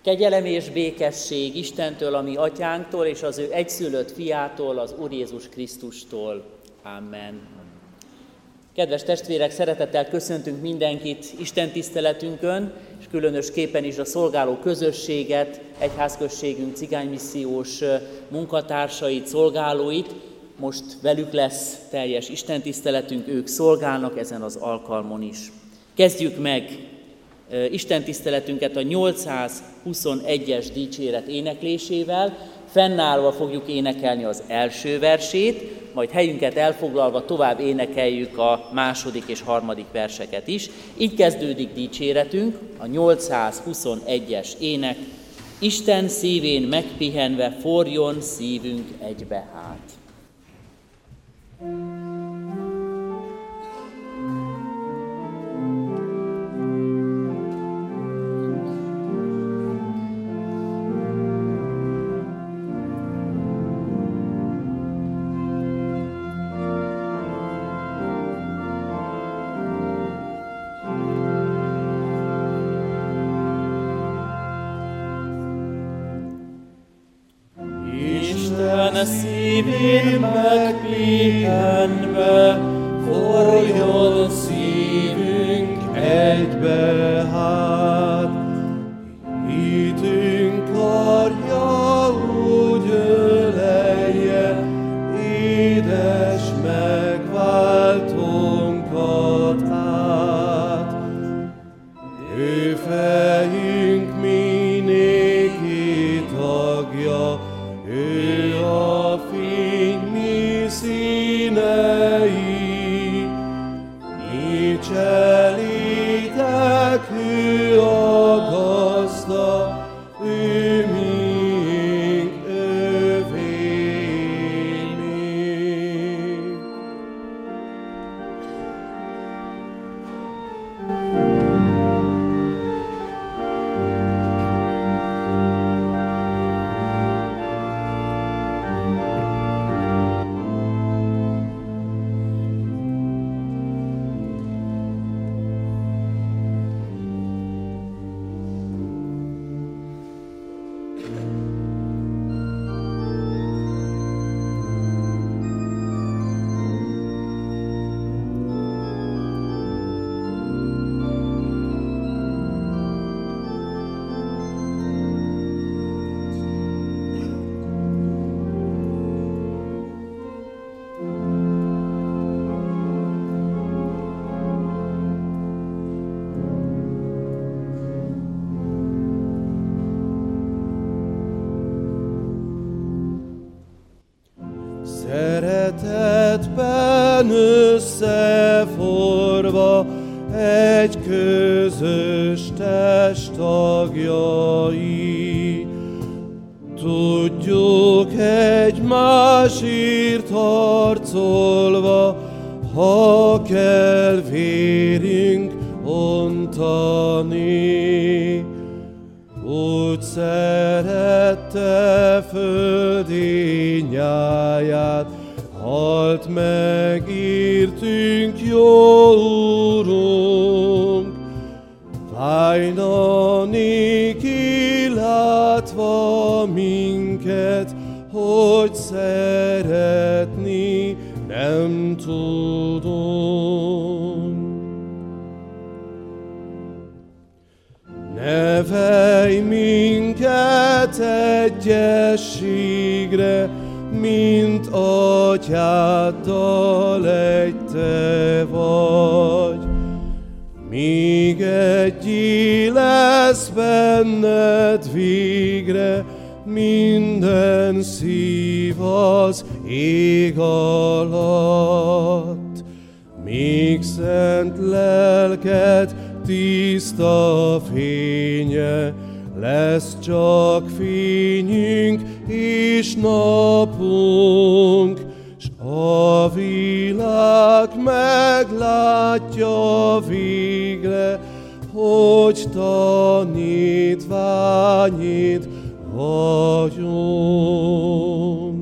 Kegyelem és békesség Istentől, a mi atyánktól, és az ő egyszülött fiától, az Úr Jézus Krisztustól. Amen. Kedves testvérek, szeretettel köszöntünk mindenkit Isten tiszteletünkön, és különösképpen is a szolgáló közösséget, egyházközségünk cigánymissziós munkatársait, szolgálóit. Most velük lesz teljes Isten tiszteletünk, ők szolgálnak ezen az alkalmon is. Kezdjük meg Isten tiszteletünket a 821-es dicséret éneklésével. Fennállva fogjuk énekelni az első versét, majd helyünket elfoglalva tovább énekeljük a második és harmadik verseket is. Így kezdődik dicséretünk, a 821-es ének. Isten szívén megpihenve forjon szívünk egybe hát. Szívén megpihenve forjon szívünk egybe hát. Hitünk karja úgy ölelje édes megváltónkat át. Ő fejünk minéki tagja, ő a fény mi színei, mi cselédek, ő a gazda, ő miénk, övé még. Szeretetben összeforva egy közös test tagjai, tudjuk egymásért harcolva, ha kell vérünk ontani. Úgy szerette földi nyáját, halt meg értünk, jó Úrunk. Fájna néki látva minket, hogy szeretni nem tudunk. Nevelj minket egyességre, mint atyáddal egy te vagy. Míg egyé lesz benned végre minden szív az ég alatt. Míg szent lelked tiszta fénye, lesz csak fényünk és napunk, s a világ meglátja végre, hogy tanítványid vagyunk.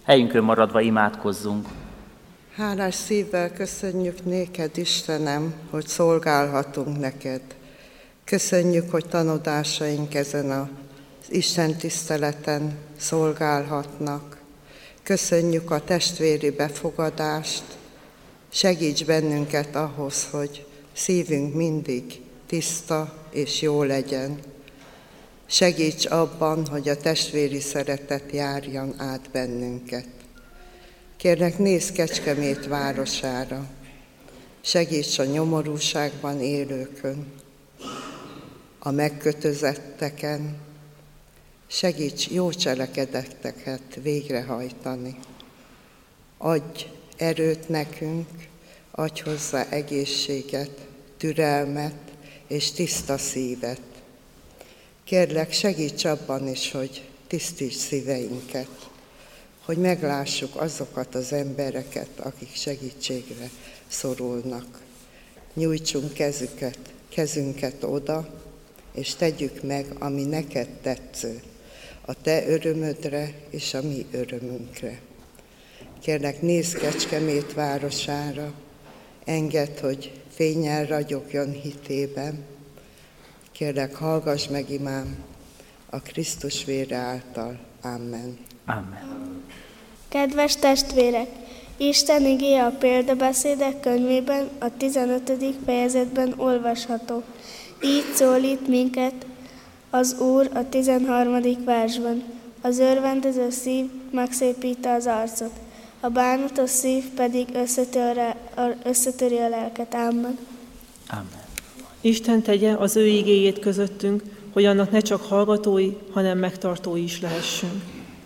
Helyünkön maradva imádkozzunk. Hálás szívvel köszönjük néked, Istenem, hogy szolgálhatunk neked. Köszönjük, hogy tanodásaink ezen az Isten tiszteleten szolgálhatnak. Köszönjük a testvéri befogadást. Segíts bennünket ahhoz, hogy szívünk mindig tiszta és jó legyen. Segíts abban, hogy a testvéri szeretet járjon át bennünket. Kérlek, nézz Kecskemét városára, segíts a nyomorúságban élőkön, a megkötözetteken, segíts jó cselekedeteket végrehajtani. Adj erőt nekünk, adj hozzá egészséget, türelmet és tiszta szívet. Kérlek, segíts abban is, hogy tisztíts szíveinket, hogy meglássuk azokat az embereket, akik segítségre szorulnak. Nyújtsunk kezünket oda, és tegyük meg, ami neked tetsző, a te örömödre és a mi örömünkre. Kérlek, nézz Kecskemét városára, engedd, hogy fénnyel ragyogjon hitében. Kérlek, hallgass meg imám a Krisztus vére által. Amen. Amen. Kedves testvérek! Isten igéje a példabeszédek könyvében, a 15. fejezetben olvasható. Így szólít minket az Úr a 13. versben. Az örvendező szív megszépíti az arcot, a bánatos szív pedig összetöri a lelket. Amen. Amen. Isten tegye az ő igéjét közöttünk, hogy annak ne csak hallgatói, hanem megtartói is lehessünk.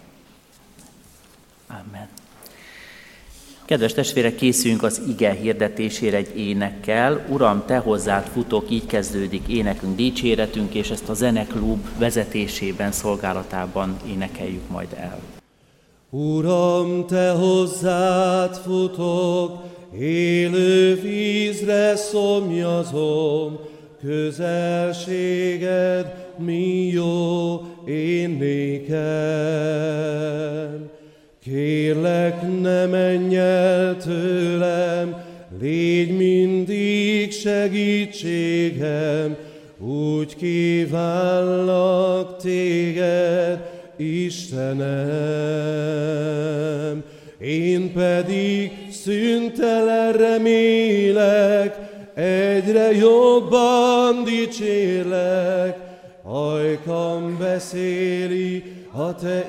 Amen. Kedves testvérek, készüljünk az ige hirdetésére egy énekkel. Uram, te hozzád futok, így kezdődik énekünk, dicséretünk, és ezt a zeneklub vezetésében, szolgálatában énekeljük majd el. Uram, te hozzád futok, élő vízre szomjazom, közelséged mi jó én nékem. Kérlek, ne menj el tőlem, légy mindig segítségem, úgy kívánlak téged, Istenem. Én pedig szüntelen remélek, egyre jobban dicsérlek, ajkam beszéli a te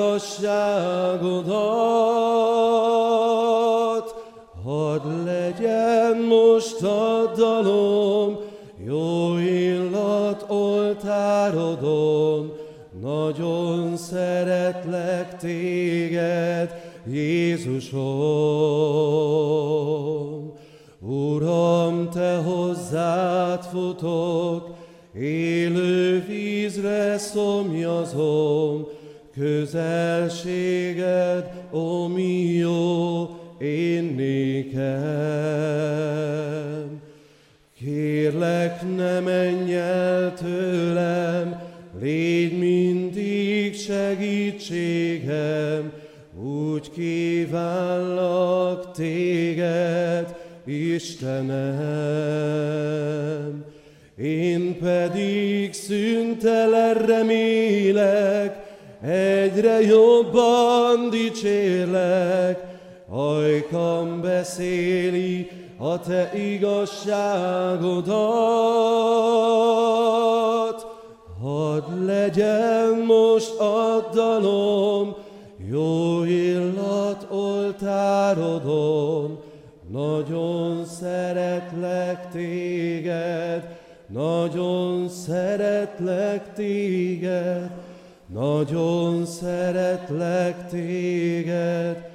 igazságodat. Hadd legyen most a dalom, jó illat oltárodon, nagyon szeretlek téged, Jézusom. Uram, te hozzád futok, élő vízre szomjazom, közelséged, ó mi jó én nékem. Kérlek, ne menj el tőlem, légy mindig segítségem, úgy kívánlak téged, Istenem. Én pedig szüntelen remélek, egyre jobban dicsérlek, ajkam beszéli a te igazságodat. Hadd legyen most a dalom, jó illat oltárodon, nagyon szeretlek téged, nagyon szeretlek téged, nagyon szeretlek téged,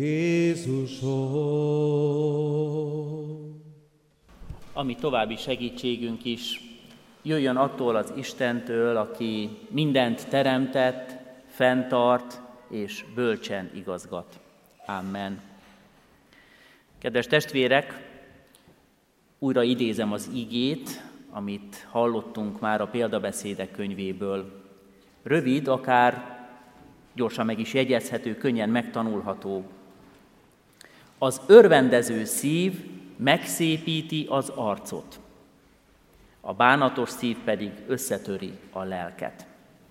Jézusom. Ami további segítségünk is jöjjön attól az Istentől, aki mindent teremtett, fenntart és bölcsen igazgat. Amen. Kedves testvérek, újra idézem az igét, amit hallottunk már a példabeszédek könyvéből. Rövid, akár gyorsan meg is jegyezhető, könnyen megtanulható. Az örvendező szív megszépíti az arcot, a bánatos szív pedig összetöri a lelket.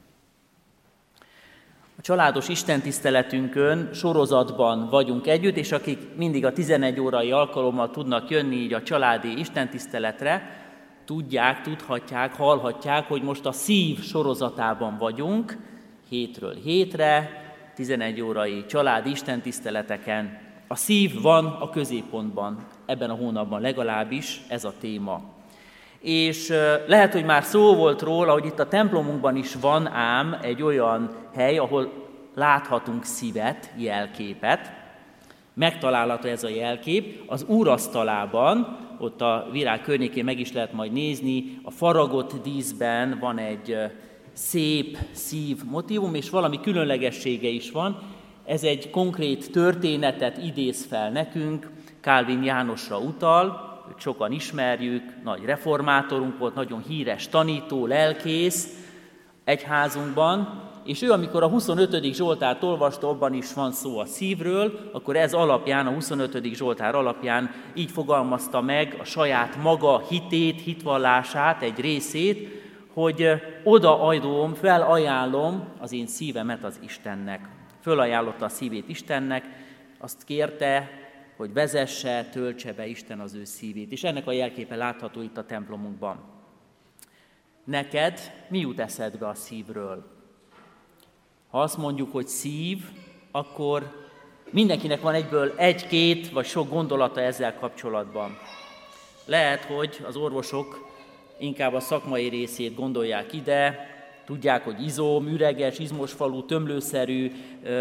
A családos istentiszteletünkön sorozatban vagyunk együtt, és akik mindig a 11 órai alkalommal tudnak jönni így a családi istentiszteletre, tudhatják, hallhatják, hogy most a szív sorozatában vagyunk, hétről hétre, 11 órai családi istentiszteleteken. A szív van a középpontban, ebben a hónapban legalábbis ez a téma. És lehet, hogy már szó volt róla, hogy itt a templomunkban is van ám egy olyan hely, ahol láthatunk szívet, jelképet. Megtalálható ez a jelkép az úrasztalában, ott a virág környékén meg is lehet majd nézni, a faragott díszben van egy szép szív motívum, és valami különlegessége is van. Ez egy konkrét történetet idéz fel nekünk, Kálvin Jánosra utal, őt sokan ismerjük, nagy reformátorunk volt, nagyon híres tanító, lelkész egyházunkban, és ő, amikor a 25. Zsoltárt olvasta, abban is van szó a szívről, akkor ez alapján, a 25. Zsoltár alapján így fogalmazta meg a saját maga hitét, hitvallását, egy részét, hogy odaadom, felajánlom az én szívemet az Istennek. Fölajánlotta a szívét Istennek, azt kérte, hogy vezesse, töltse be Isten az ő szívét. És ennek a jelképe látható itt a templomunkban. Neked mi jut eszedbe a szívről? Ha azt mondjuk, hogy szív, akkor mindenkinek van egyből egy-két vagy sok gondolata ezzel kapcsolatban. Lehet, hogy az orvosok inkább a szakmai részét gondolják ide, tudják, hogy izom, üreges, izmos falú, tömlőszerű,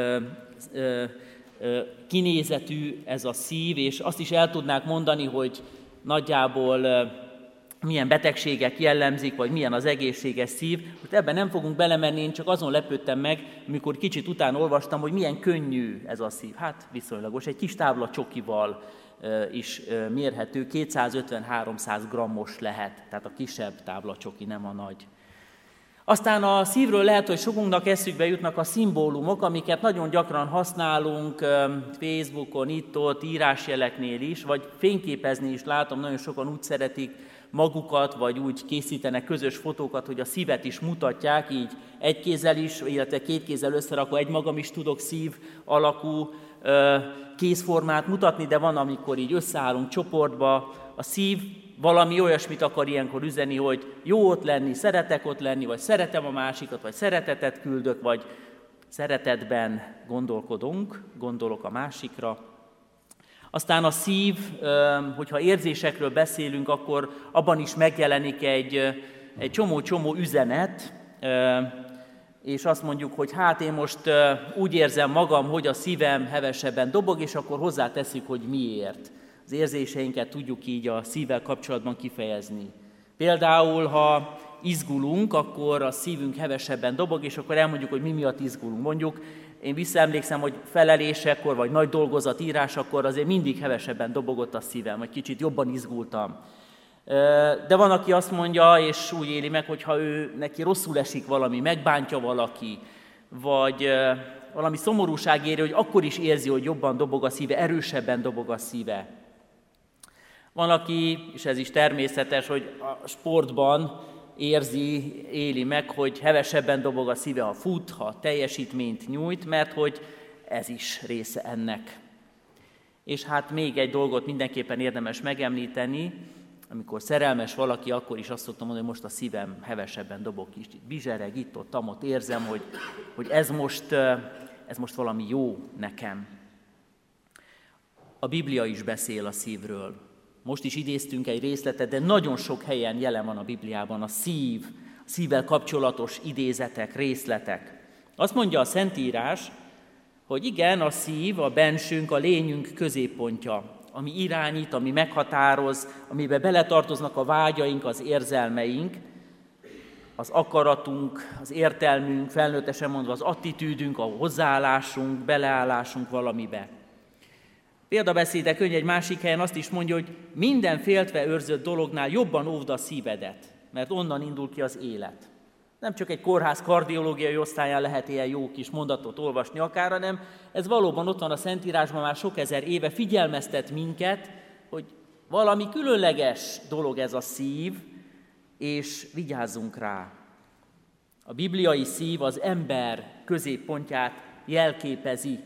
kinézetű ez a szív, és azt is el tudnák mondani, hogy nagyjából milyen betegségek jellemzik, vagy milyen az egészséges szív. Most ebben nem fogunk belemenni, én csak azon lepődtem meg, amikor kicsit utána olvastam, hogy milyen könnyű ez a szív. Hát viszonylagos, egy kis tábla csokival is mérhető, 250-300 grammos lehet, tehát a kisebb tábla csoki, nem a nagy. Aztán a szívről lehet, hogy sokunknak eszükbe jutnak a szimbólumok, amiket nagyon gyakran használunk Facebookon, itt-ott, írásjeleknél is, vagy fényképezni is látom, nagyon sokan úgy szeretik magukat, vagy úgy készítenek közös fotókat, hogy a szívet is mutatják, így egy kézzel is, illetve két kézzel összerakva, egy magam is tudok szív alakú kézformát mutatni, de van, amikor így összeállunk csoportba. A szív valami olyasmit akar ilyenkor üzenni, hogy jó ott lenni, szeretek ott lenni, vagy szeretem a másikat, vagy szeretetet küldök, vagy szeretetben gondolok a másikra. Aztán a szív, hogyha érzésekről beszélünk, akkor abban is megjelenik egy csomó üzenet, és azt mondjuk, hogy hát én most úgy érzem magam, hogy a szívem hevesebben dobog, és akkor hozzáteszünk, hogy miért. Az érzéseinket tudjuk így a szívvel kapcsolatban kifejezni. Például, ha izgulunk, akkor a szívünk hevesebben dobog, és akkor elmondjuk, hogy mi miatt izgulunk. Mondjuk, én visszaemlékszem, hogy felelésekor, vagy nagy dolgozat írásakor azért mindig hevesebben dobogott a szívem, vagy kicsit jobban izgultam. De van, aki azt mondja, és úgy éli meg, hogy ha neki rosszul esik valami, megbántja valaki, vagy valami szomorúság éri, hogy akkor is érzi, hogy jobban dobog a szíve, erősebben dobog a szíve. Van, aki, és ez is természetes, hogy a sportban éli meg, hogy hevesebben dobog a szíve, ha fut, ha teljesítményt nyújt, mert hogy ez is része ennek. És hát még egy dolgot mindenképpen érdemes megemlíteni, amikor szerelmes valaki, akkor is azt szoktam mondani, hogy most a szívem hevesebben dobog, kicsit bizsereg, itt-ott érzem, hogy ez most valami jó nekem. A Biblia is beszél a szívről. Most is idéztünk egy részletet, de nagyon sok helyen jelen van a Bibliában a szívvel kapcsolatos idézetek, részletek. Azt mondja a Szentírás, hogy igen, a szív, a bensünk, a lényünk középpontja, ami irányít, ami meghatároz, amiben beletartoznak a vágyaink, az érzelmeink, az akaratunk, az értelmünk, felnőttesen mondva az attitűdünk, a hozzáállásunk, beleállásunk valamibe. Példabeszédek könyv egy másik helyen azt is mondja, hogy minden féltve őrzött dolognál jobban óvd a szívedet, mert onnan indul ki az élet. Nem csak egy kórház kardiológiai osztályán lehet ilyen jó kis mondatot olvasni akár, hanem ez valóban ott van a Szentírásban már sok ezer éve, figyelmeztet minket, hogy valami különleges dolog ez a szív, és vigyázzunk rá. A bibliai szív az ember középpontját jelképezi.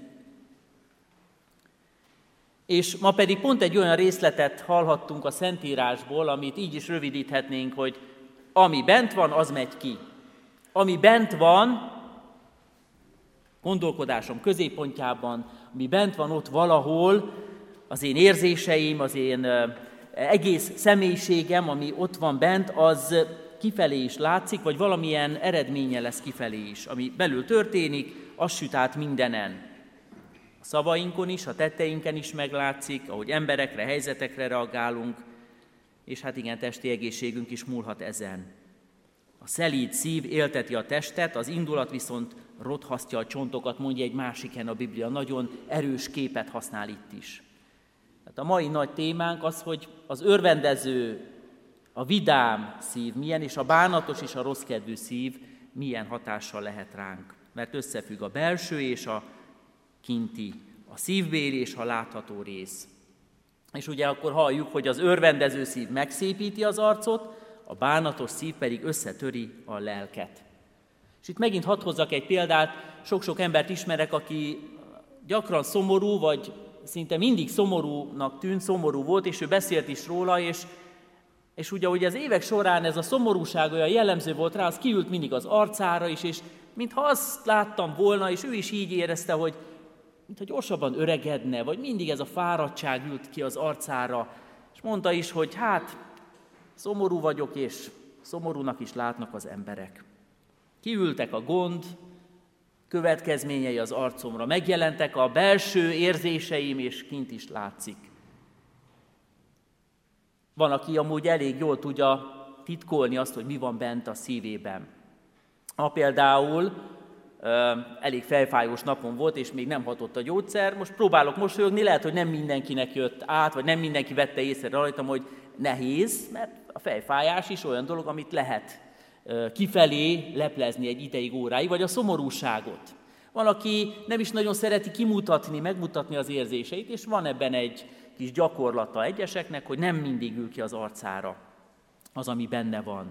És ma pedig pont egy olyan részletet hallhattunk a Szentírásból, amit így is rövidíthetnénk, hogy ami bent van, az megy ki. Ami bent van, gondolkodásom középpontjában, ami bent van ott valahol, az én érzéseim, az én egész személyiségem, ami ott van bent, az kifelé is látszik, vagy valamilyen eredménye lesz kifelé is. Ami belül történik, az süt át mindenen. A szavainkon is, a tetteinken is meglátszik, ahogy emberekre, helyzetekre reagálunk, és hát igen, testi egészségünk is múlhat ezen. A szelíd szív élteti a testet, az indulat viszont rothasztja a csontokat, mondja egy másik helyen a Biblia. Nagyon erős képet használ itt is. Hát a mai nagy témánk az, hogy az örvendező, a vidám szív milyen, és a bánatos és a rosszkedvű szív milyen hatással lehet ránk. Mert összefügg a belső és a kinti, a szívbéli és a látható rész. És ugye akkor halljuk, hogy az örvendező szív megszépíti az arcot, a bánatos szív pedig összetöri a lelket. És itt megint hadd hozzak egy példát, sok-sok embert ismerek, aki gyakran szomorú, vagy szinte mindig szomorúnak tűnt, szomorú volt, és ő beszélt is róla, és ugye az évek során ez a szomorúság olyan jellemző volt rá, az kiült mindig az arcára is, és mintha azt láttam volna, és ő is így érezte, hogy mintha gyorsabban öregedne, vagy mindig ez a fáradtság ült ki az arcára, és mondta is, hogy hát szomorú vagyok, és szomorúnak is látnak az emberek. Kiültek a gond következményei az arcomra, megjelentek a belső érzéseim, és kint is látszik. Van, aki amúgy elég jól tudja titkolni azt, hogy mi van bent a szívében. Ha például elég fejfájós napon volt, és még nem hatott a gyógyszer, most próbálok mosolyogni, lehet, hogy nem mindenkinek jött át, vagy nem mindenki vette észre rajtam, hogy nehéz, mert a fejfájás is olyan dolog, amit lehet kifelé leplezni egy ideig, óráig, vagy a szomorúságot. Van, aki nem is nagyon szereti kimutatni, megmutatni az érzéseit, és van ebben egy kis gyakorlata egyeseknek, hogy nem mindig ül ki az arcára az, ami benne van.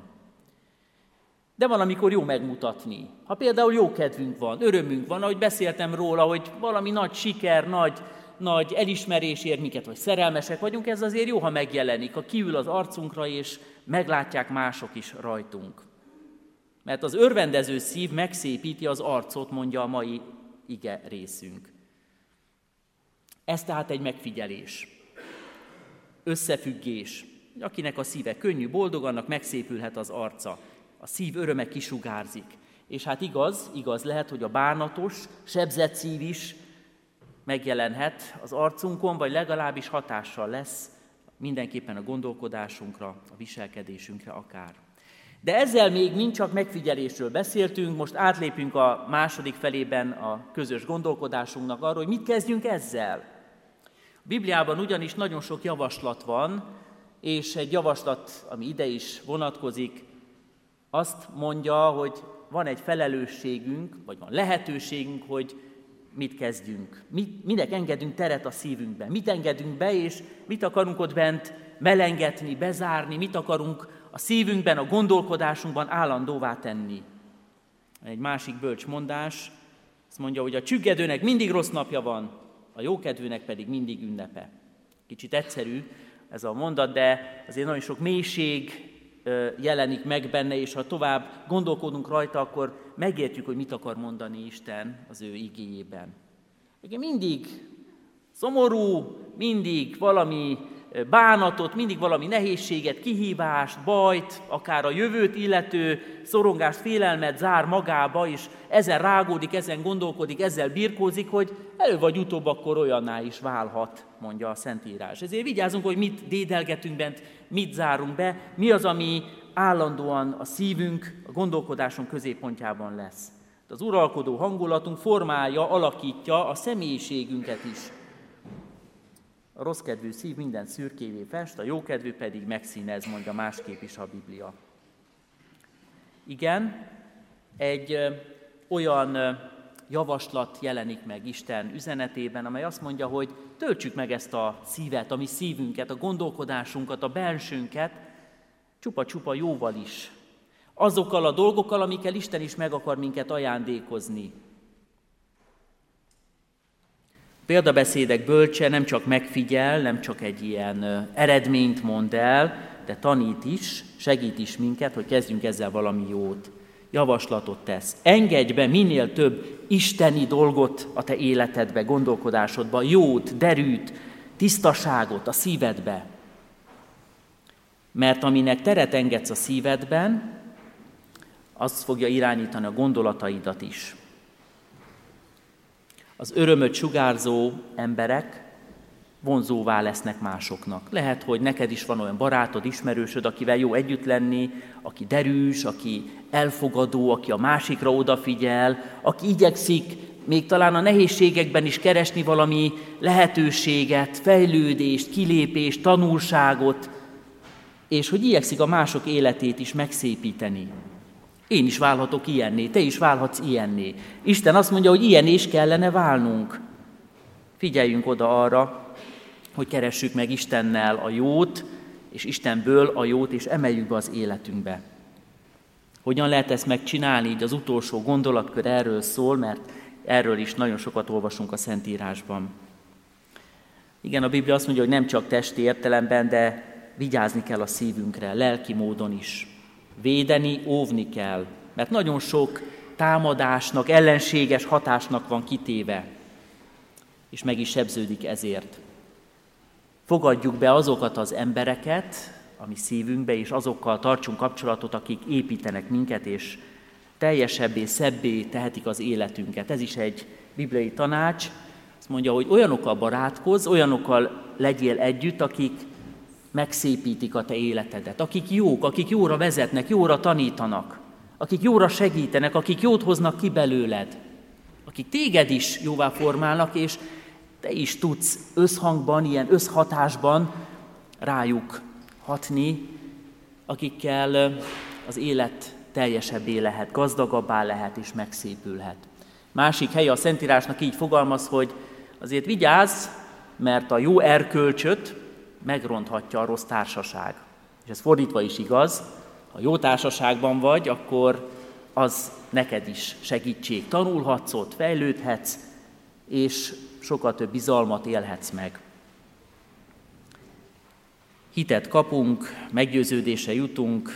De van, amikor jó megmutatni. Ha például jó kedvünk van, örömünk van, ahogy beszéltem róla, hogy valami nagy siker, nagy elismerés ér minket, vagy szerelmesek vagyunk, ez azért jó, ha megjelenik, ha kiül az arcunkra, és meglátják mások is rajtunk. Mert az örvendező szív megszépíti az arcot, mondja a mai ige részünk. Ez tehát egy megfigyelés, összefüggés. Akinek a szíve könnyű, boldog, annak megszépülhet az arca. A szív öröme kisugárzik. És hát igaz lehet, hogy a bánatos, sebzett szív is megjelenhet az arcunkon, vagy legalábbis hatással lesz mindenképpen a gondolkodásunkra, a viselkedésünkre akár. De ezzel még mind csak megfigyelésről beszéltünk, most átlépünk a második felében a közös gondolkodásunknak arról, hogy mit kezdjünk ezzel. A Bibliában ugyanis nagyon sok javaslat van, és egy javaslat, ami ide is vonatkozik, azt mondja, hogy van egy felelősségünk, vagy van lehetőségünk, hogy mit kezdjünk. Minek engedünk teret a szívünkben, mit engedünk be, és mit akarunk ott bent melengetni, bezárni, mit akarunk a szívünkben, a gondolkodásunkban állandóvá tenni. Egy másik bölcs mondás, azt mondja, hogy a csüggedőnek mindig rossz napja van, a jókedvűnek pedig mindig ünnepe. Kicsit egyszerű ez a mondat, de azért nagyon sok mélység jelenik meg benne, és ha tovább gondolkodunk rajta, akkor megértjük, hogy mit akar mondani Isten az ő igéjében. Mindig szomorú, mindig valami bánatot, mindig valami nehézséget, kihívást, bajt, akár a jövőt illető szorongást, félelmet zár magába, és ezen rágódik, ezen gondolkodik, ezzel birkózik, hogy elő vagy utóbb akkor olyanná is válhat, mondja a Szentírás. Ezért vigyázzunk, hogy mit dédelgetünk bent, mit zárunk be, mi az, ami állandóan a szívünk, a gondolkodásunk középpontjában lesz. Az uralkodó hangulatunk formálja, alakítja a személyiségünket is. A rosszkedvű szív minden szürkévé fest, a jókedvű pedig megszínez, mondja másképp is a Biblia. Igen, egy olyan javaslat jelenik meg Isten üzenetében, amely azt mondja, hogy töltsük meg ezt a szívet, a mi szívünket, a gondolkodásunkat, a bensőnket csupa-csupa jóval is. Azokkal a dolgokkal, amikkel Isten is meg akar minket ajándékozni. Példabeszédek bölcse nem csak megfigyel, nem csak egy ilyen eredményt mond el, de tanít is, segít is minket, hogy kezdjünk ezzel valami jót. Javaslatot tesz. Engedj be minél több isteni dolgot a te életedbe, gondolkodásodba, jót, derűt, tisztaságot a szívedbe. Mert aminek teret engedsz a szívedben, az fogja irányítani a gondolataidat is. Az örömöt sugárzó emberek vonzóvá lesznek másoknak. Lehet, hogy neked is van olyan barátod, ismerősöd, akivel jó együtt lenni, aki derűs, aki elfogadó, aki a másikra odafigyel, aki igyekszik még talán a nehézségekben is keresni valami lehetőséget, fejlődést, kilépést, tanulságot, és hogy igyekszik a mások életét is megszépíteni. Én is válhatok ilyenné, te is válhatsz ilyenné. Isten azt mondja, hogy ilyen is kellene válnunk. Figyeljünk oda arra, hogy keressük meg Istennel a jót, és Istenből a jót, és emeljük be az életünkbe. Hogyan lehet ezt megcsinálni? Így az utolsó gondolatkör erről szól, mert erről is nagyon sokat olvasunk a Szentírásban. Igen, a Biblia azt mondja, hogy nem csak testi értelemben, de vigyázni kell a szívünkre, lelki módon is. Védeni, óvni kell, mert nagyon sok támadásnak, ellenséges hatásnak van kitéve, és meg is sebződik ezért. Fogadjuk be azokat az embereket a mi szívünkbe, és azokkal tartsunk kapcsolatot, akik építenek minket, és teljesebbé, szebbé tehetik az életünket. Ez is egy bibliai tanács. Azt mondja, hogy olyanokkal barátkozz, olyanokkal legyél együtt, akik megszépítik a te életedet, akik jók, akik jóra vezetnek, jóra tanítanak, akik jóra segítenek, akik jót hoznak ki belőled, akik téged is jóvá formálnak, és te is tudsz összhangban, ilyen összhatásban rájuk hatni, akikkel az élet teljesebbé lehet, gazdagabbá lehet és megszépülhet. Másik helye a Szentírásnak így fogalmaz, hogy azért vigyázz, mert a jó erkölcsöt megronthatja a rossz társaság. És ez fordítva is igaz, ha jó társaságban vagy, akkor az neked is segítség. Tanulhatsz ott, fejlődhetsz, és sokkal több bizalmat élhetsz meg. Hitet kapunk, meggyőződésre jutunk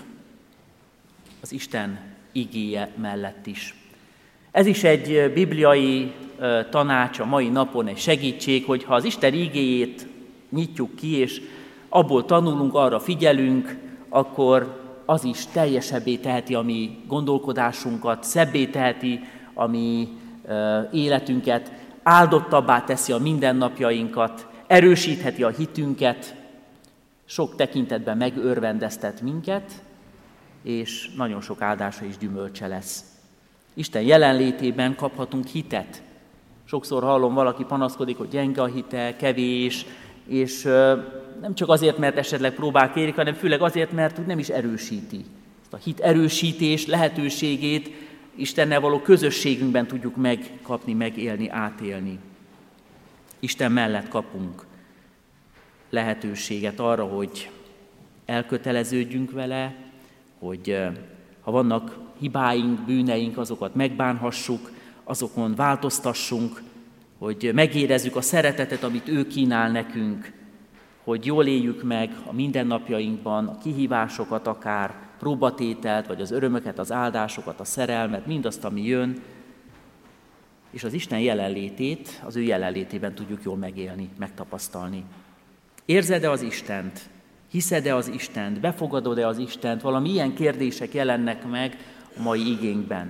az Isten igéje mellett is. Ez is egy bibliai tanács a mai napon, egy segítség, hogy ha az Isten igéjét nyitjuk ki, és abból tanulunk, arra figyelünk, akkor az is teljesebbé teheti a mi gondolkodásunkat, szebbé teheti a mi életünket, áldottabbá teszi a mindennapjainkat, erősítheti a hitünket, sok tekintetben megörvendeztet minket, és nagyon sok áldása és gyümölcse lesz. Isten jelenlétében kaphatunk hitet. Sokszor hallom, valaki panaszkodik, hogy gyenge a hite, kevés, és nem csak azért, mert esetleg próbál kérni, hanem főleg azért, mert nem is erősíti. Ezt a hit erősítés lehetőségét Istennel való közösségünkben tudjuk megkapni, megélni, átélni. Isten mellett kapunk lehetőséget arra, hogy elköteleződjünk vele, hogy ha vannak hibáink, bűneink, azokat megbánhassuk, azokon változtassunk, hogy megérezzük a szeretetet, amit ő kínál nekünk, hogy jól éljük meg a mindennapjainkban a kihívásokat, akár próbatételt, vagy az örömöket, az áldásokat, a szerelmet, mindazt, ami jön, és az Isten jelenlétét, az ő jelenlétében tudjuk jól megélni, megtapasztalni. Érzed-e az Istent? Hiszed-e az Istent? Befogadod-e az Istent? Valami ilyen kérdések jelennek meg a mai igénkben.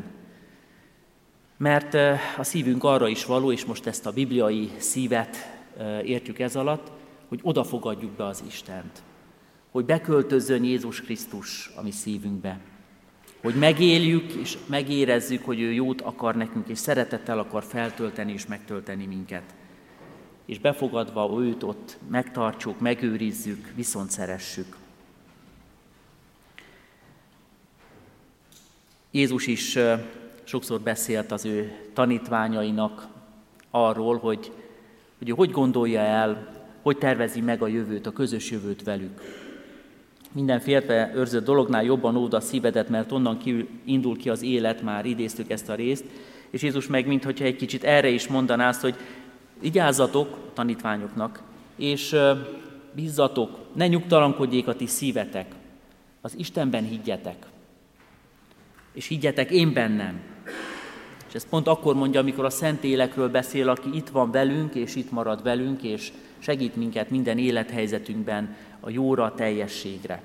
Mert a szívünk arra is való, és most ezt a bibliai szívet értjük ez alatt, hogy odafogadjuk be az Istent. Hogy beköltözzön Jézus Krisztus a mi szívünkbe. Hogy megéljük és megérezzük, hogy ő jót akar nekünk, és szeretettel akar feltölteni és megtölteni minket. És befogadva őt ott megtartsuk, megőrizzük, viszont szeressük. Jézus is sokszor beszélt az ő tanítványainak arról, hogy hogy gondolja el, hogy tervezi meg a jövőt, a közös jövőt velük. Minden féltve őrzött dolognál jobban óvd a szívedet, mert onnan indul ki az élet, már idéztük ezt a részt, és Jézus meg, mintha egy kicsit erre is mondaná azt, hogy vigyázzatok tanítványoknak, és bízzatok, ne nyugtalankodjék a ti szívetek, az Istenben higgyetek, és higgyetek én bennem. És ezt pont akkor mondja, amikor a Szentlélekről beszél, aki itt van velünk, és itt marad velünk, és segít minket minden élethelyzetünkben a jóra, a teljességre.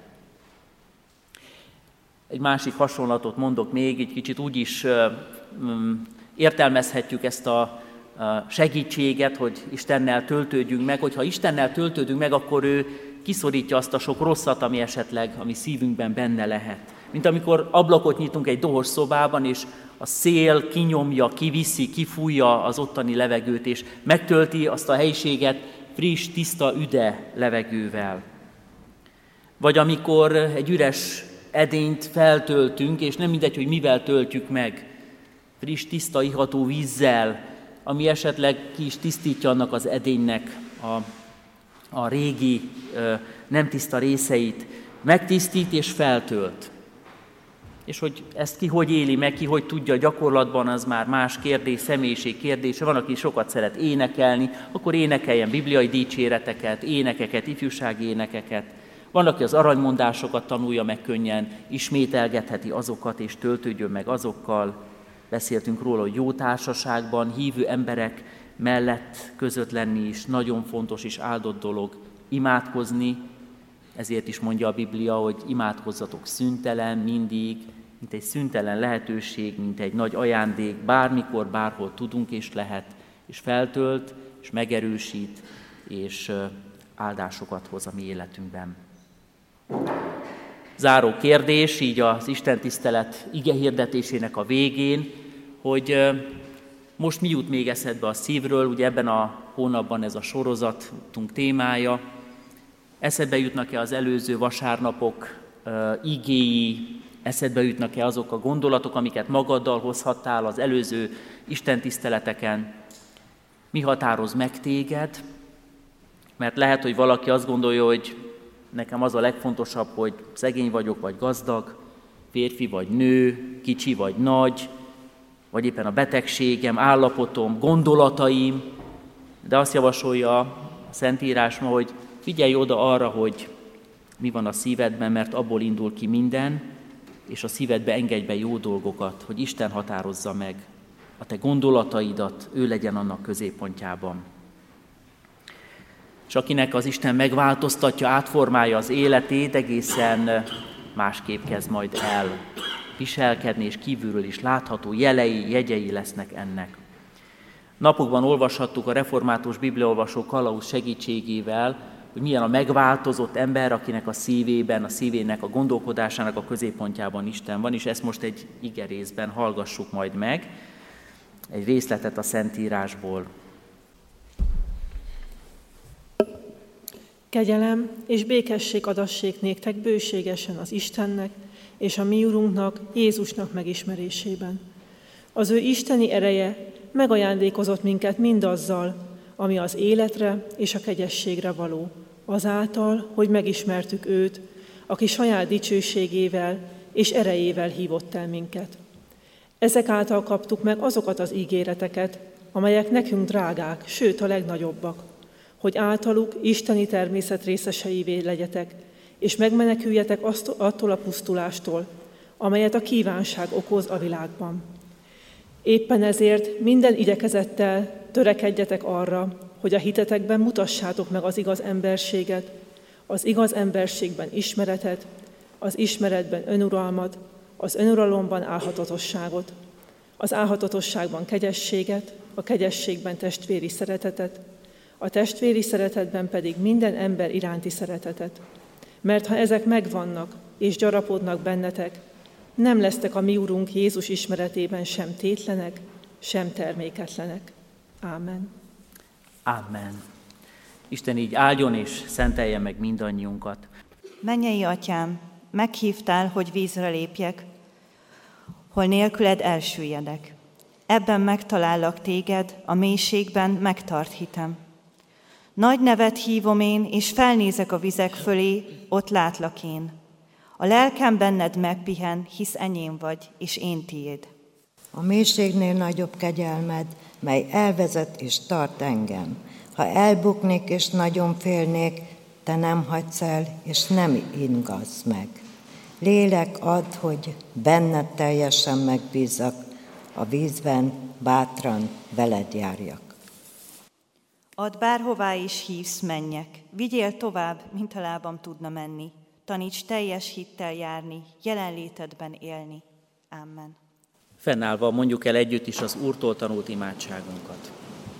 Egy másik hasonlatot mondok még, egy kicsit úgy is értelmezhetjük ezt a segítséget, hogy Istennel töltődjünk meg. Hogyha Istennel töltődünk meg, akkor ő kiszorítja azt a sok rosszat, ami esetleg a mi szívünkben benne lehet. Mint amikor ablakot nyitunk egy dohos szobában, és a szél kinyomja, kiviszi, kifújja az ottani levegőt, és megtölti azt a helyiséget friss, tiszta, üde levegővel. Vagy amikor egy üres edényt feltöltünk, és nem mindegy, hogy mivel töltjük meg, friss, tiszta, iható vízzel, ami esetleg ki is tisztítja annak az edénynek a régi, nem tiszta részeit, megtisztít és feltölt. És hogy ezt ki hogy éli meg, ki hogy tudja gyakorlatban, az már más kérdés, személyiség kérdése. Van, aki sokat szeret énekelni, akkor énekeljen bibliai dicséreteket, énekeket, ifjúsági énekeket. Van, aki az aranymondásokat tanulja meg könnyen, ismételgetheti azokat, és töltődjön meg azokkal. Beszéltünk róla, hogy jó társaságban, hívő emberek mellett között lenni is nagyon fontos és áldott dolog. Imádkozni, ezért is mondja a Biblia, hogy imádkozzatok szüntelen, mindig, mint egy szüntelen lehetőség, mint egy nagy ajándék, bármikor, bárhol tudunk és lehet, és feltölt, és megerősít, és áldásokat hoz a mi életünkben. Záró kérdés, így az istentisztelet igehirdetésének a végén, hogy most mi jut még eszedbe a szívről, ugye ebben a hónapban ez a sorozatunk témája. Eszedbe jutnak-e az előző vasárnapok igéi, eszedbe jutnak-e azok a gondolatok, amiket magaddal hozhattál az előző istentiszteleteken? Mi határoz meg téged? Mert lehet, hogy valaki azt gondolja, hogy nekem az a legfontosabb, hogy szegény vagyok, vagy gazdag, férfi vagy nő, kicsi vagy nagy, vagy éppen a betegségem, állapotom, gondolataim, de azt javasolja a Szentírás ma, hogy figyelj oda arra, hogy mi van a szívedben, mert abból indul ki minden, és a szívedbe engedj be jó dolgokat, hogy Isten határozza meg a te gondolataidat, ő legyen annak középpontjában. És akinek az Isten megváltoztatja, átformálja az életét, egészen másképp kezd majd el viselkedni, és kívülről is látható jelei, jegyei lesznek ennek. Napokban olvashattuk a református bibliaolvasó kalauz segítségével, hogy milyen a megváltozott ember, akinek a szívében, a szívének, a gondolkodásának a középpontjában Isten van, és ezt most egy igerészben hallgassuk majd meg, egy részletet a Szentírásból. Kegyelem és békesség adassék néktek bőségesen az Istennek és a mi Urunknak, Jézusnak megismerésében. Az ő isteni ereje megajándékozott minket mindazzal, ami az életre és a kegyességre való, azáltal, hogy megismertük őt, aki saját dicsőségével és erejével hívott el minket. Ezek által kaptuk meg azokat az ígéreteket, amelyek nekünk drágák, sőt a legnagyobbak, hogy általuk isteni természet részeseivé legyetek, és megmeneküljetek attól a pusztulástól, amelyet a kívánság okoz a világban. Éppen ezért minden igyekezettel törekedjetek arra, hogy a hitetekben mutassátok meg az igaz emberséget, az igaz emberségben ismeretet, az ismeretben önuralmat, az önuralomban álhatatosságot, az álhatatosságban kegyességet, a kegyességben testvéri szeretetet, a testvéri szeretetben pedig minden ember iránti szeretetet. Mert ha ezek megvannak és gyarapodnak bennetek, nem lesztek a mi Urunk Jézus ismeretében sem tétlenek, sem terméketlenek. Ámen. Amen. Isten így áldjon és szentelje meg mindannyiunkat. Mennyei Atyám, meghívtál, hogy vízre lépjek. hol nélküled elsüllyedek. Ebben megtalállak téged, a mélységben megtart hitem. Nagy nevet hívom én, és felnézek a vizek fölé, ott látlak én. A lelkem benned megpihen, hisz enyém vagy, és én tiéd. A mélységnél nagyobb kegyelmed, mely elvezet és tart engem. Ha elbuknék és nagyon félnék, te nem hagysz el, és nem ingatsz meg. Lélek add, hogy benned teljesen megbízzak, a vízben bátran veled járjak. Add bárhová is hívsz, menjek, vigyél tovább, mint a lábam tudna menni. Taníts teljes hittel járni, jelenlétedben élni. Amen. Fennállva mondjuk el együtt is az Úrtól tanult imádságunkat.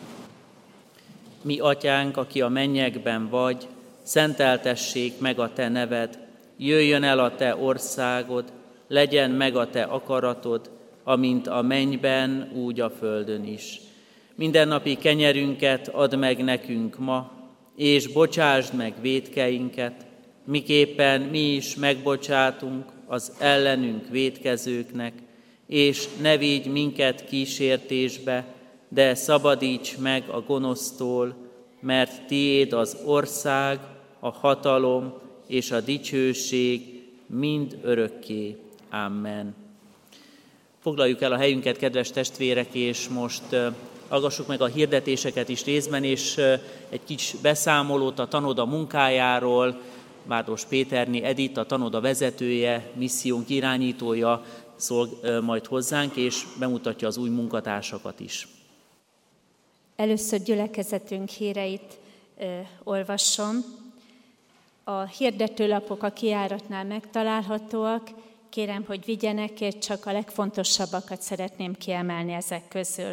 Mi atyánk, aki a mennyekben vagy, szenteltessék meg a te neved, jöjjön el a te országod, legyen meg a te akaratod, amint a mennyben, úgy a földön is. Mindennapi kenyerünket add meg nekünk ma, és bocsásd meg vétkeinket, miképpen mi is megbocsátunk az ellenünk vétkezőknek, és ne vigy minket kísértésbe, de szabadíts meg a gonosztól, mert tiéd az ország, a hatalom és a dicsőség mind örökké. Amen. Foglaljuk el a helyünket, kedves testvérek, és most hallgassuk meg a hirdetéseket is részben, és egy kis beszámolót a tanoda munkájáról. Bárdos Péterné Edith, a tanoda vezetője, missziónk irányítója szól majd hozzánk, és bemutatja az új munkatársakat is. Először gyülekezetünk híreit olvasom. A hirdetőlapok a kijáratnál megtalálhatóak. Kérem, hogy vigyenek, és csak a legfontosabbakat szeretném kiemelni ezek közül.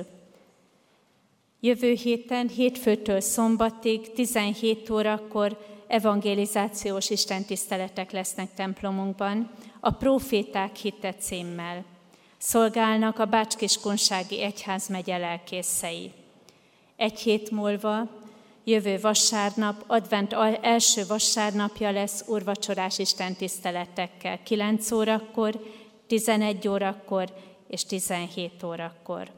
Jövő héten, hétfőtől szombatig, 17 órakor evangelizációs istentiszteletek lesznek templomunkban, a Próféták hitte címmel. Szolgálnak a Bács-Kiskunsági Egyházmegye lelkészei. Egy hét múlva, jövő vasárnap, advent első vasárnapja lesz úrvacsorás istentiszteletekkel 9 órakor, 11 órakor és 17 órakor.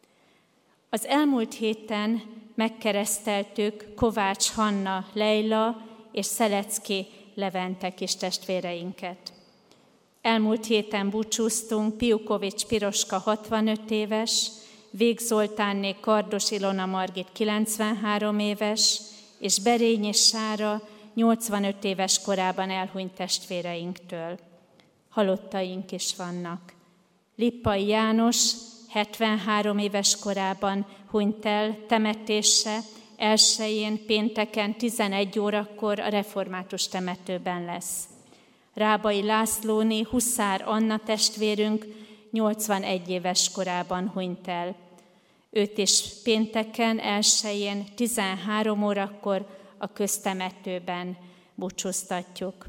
Az elmúlt héten megkereszteltük Kovács Hanna Leila és Szelecki Levente kis testvéreinket. Elmúlt héten búcsúztunk Piukovics Piroska 65 éves, Vég Zoltánné Kardos Ilona Margit 93 éves, és Berényi Sára 85 éves korában elhunyt testvéreinktől. Halottaink is vannak. Lippai János 73 éves korában hunyt el, temetése 1-én pénteken 11 órakor a református temetőben lesz. Rábai Lászlóné Huszár Anna testvérünk 81 éves korában hunyt el. Őt is pénteken 1-én 13 órakor a köztemetőben búcsúztatjuk.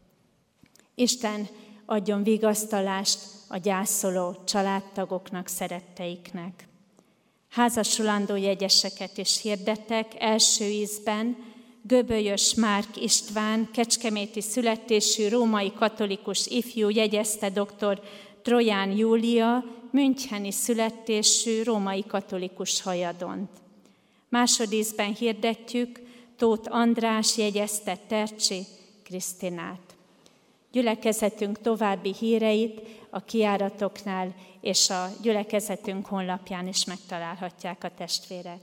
Isten adjon vigasztalást a gyászoló családtagoknak, szeretteiknek. Házasulandó jegyeseket is hirdetek. Első ízben Göbölyös Márk István, kecskeméti születésű római katolikus ifjú jegyezte dr. Troján Júlia, müncheni születésű római katolikus hajadont. Másodízben hirdetjük Tóth András jegyezte Tercsi Krisztinát. Gyülekezetünk további híreit a kijáratoknál és a gyülekezetünk honlapján is megtalálhatják a testvérek.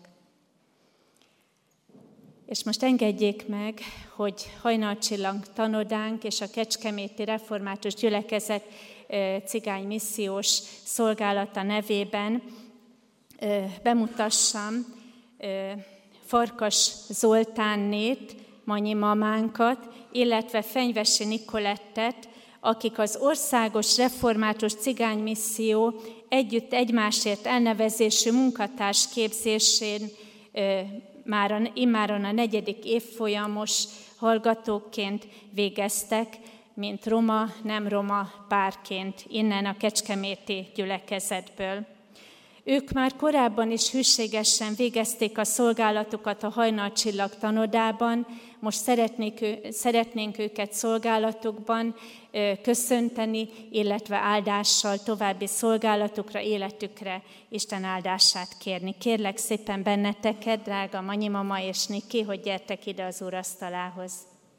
És most engedjék meg, hogy Hajnalcsillag tanodánk és a Kecskeméti Református Gyülekezet cigány missziós szolgálata nevében bemutassam Farkas Zoltánnét, Manyi mamánkat, illetve Fenyvesi Nikolettet, akik az Országos Református Cigánymisszió Együtt Egymásért elnevezésű munkatársképzésén immáron a 4. évfolyamos hallgatóként végeztek, mint roma, nem roma párként innen a kecskeméti gyülekezetből. Ők már korábban is hűségesen végezték a szolgálatukat a Hajnalcsillag tanodában, most szeretnénk őket szolgálatukban köszönteni, illetve áldással további szolgálatukra, életükre Isten áldását kérni. Kérlek szépen benneteket, drága Manyi mama és Niki, hogy gyertek ide az úrasztalához.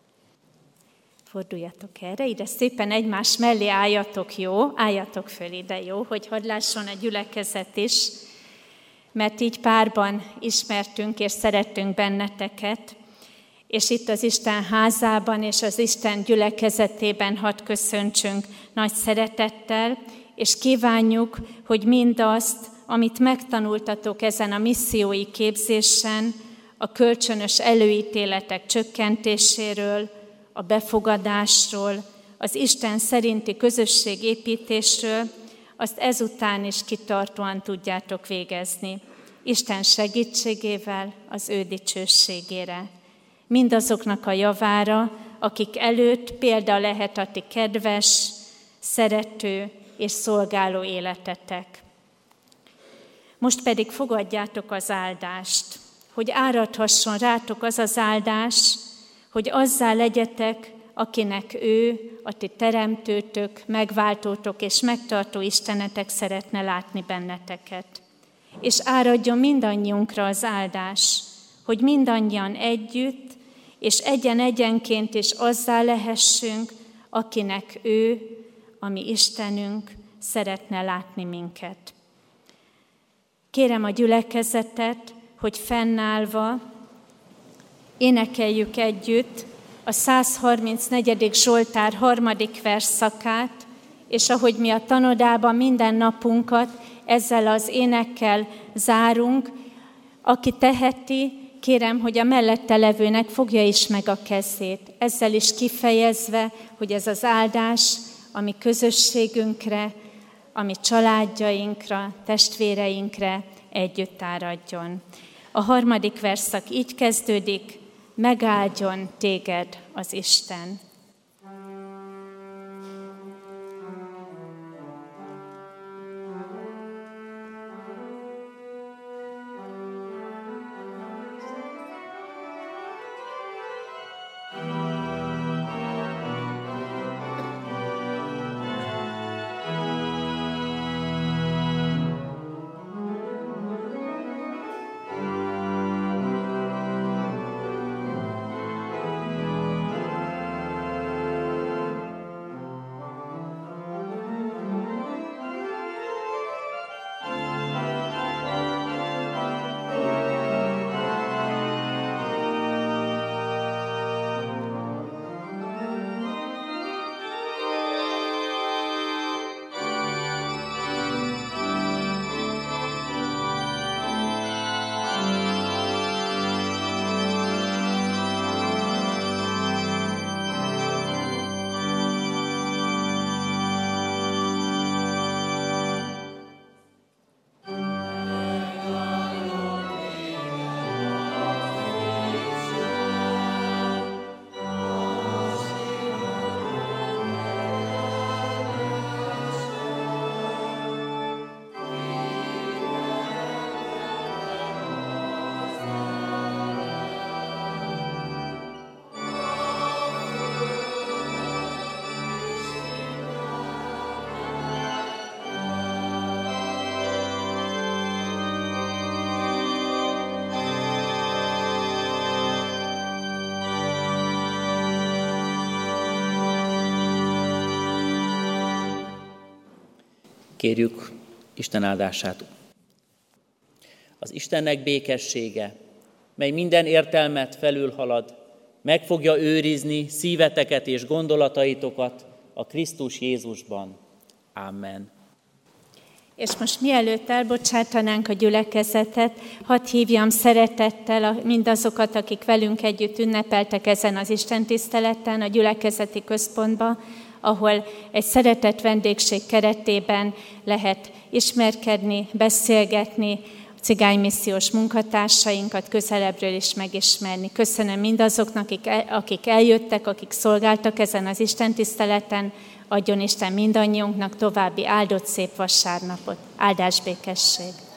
Forduljatok erre, ide szépen egymás mellé álljatok, jó? Álljatok föl ide, jó? Hogy hadd lásson a gyülekezet is, mert így párban ismertünk és szerettünk benneteket, és itt az Isten házában és az Isten gyülekezetében hadd köszöntsünk nagy szeretettel, és kívánjuk, hogy mindazt, amit megtanultatok ezen a missziói képzésen, a kölcsönös előítéletek csökkentéséről, a befogadásról, az Isten szerinti közösségépítésről, azt ezután is kitartóan tudjátok végezni. Isten segítségével az ő dicsőségére. Mindazoknak a javára, akik előtt példa lehet a ti kedves, szerető és szolgáló életetek. Most pedig fogadjátok az áldást, hogy áradhasson rátok az az áldás, hogy azzá legyetek, akinek ő, a ti teremtőtök, megváltótok és megtartó Istenetek szeretne látni benneteket. És áradjon mindannyiunkra az áldás, hogy mindannyian együtt, és egyen-egyenként is azzá lehessünk, akinek ő, a mi Istenünk, szeretne látni minket. Kérem a gyülekezetet, hogy fennállva énekeljük együtt a 134. Zsoltár 3. versszakát, és ahogy mi a tanodában minden napunkat ezzel az énekkel zárunk, aki teheti, kérem, hogy a mellette levőnek fogja is meg a kezét, ezzel is kifejezve, hogy ez az áldás a mi közösségünkre, a mi családjainkra, testvéreinkre együtt áradjon. A 3. versszak így kezdődik: megáldjon téged az Isten. Kérjük Isten áldását. Az Istennek békessége, mely minden értelmet felülhalad, meg fogja őrizni szíveteket és gondolataitokat a Krisztus Jézusban. Amen. És most mielőtt elbocsátanánk a gyülekezetet, hadd hívjam szeretettel mindazokat, akik velünk együtt ünnepeltek ezen az istentiszteleten a gyülekezeti központba, ahol egy szeretett vendégség keretében lehet ismerkedni, beszélgetni, cigánymissziós munkatársainkat közelebbről is megismerni. Köszönöm mindazoknak, akik eljöttek, akik szolgáltak ezen az istentiszteleten. Adjon Isten mindannyiunknak további áldott szép vasárnapot. Áldás, békesség!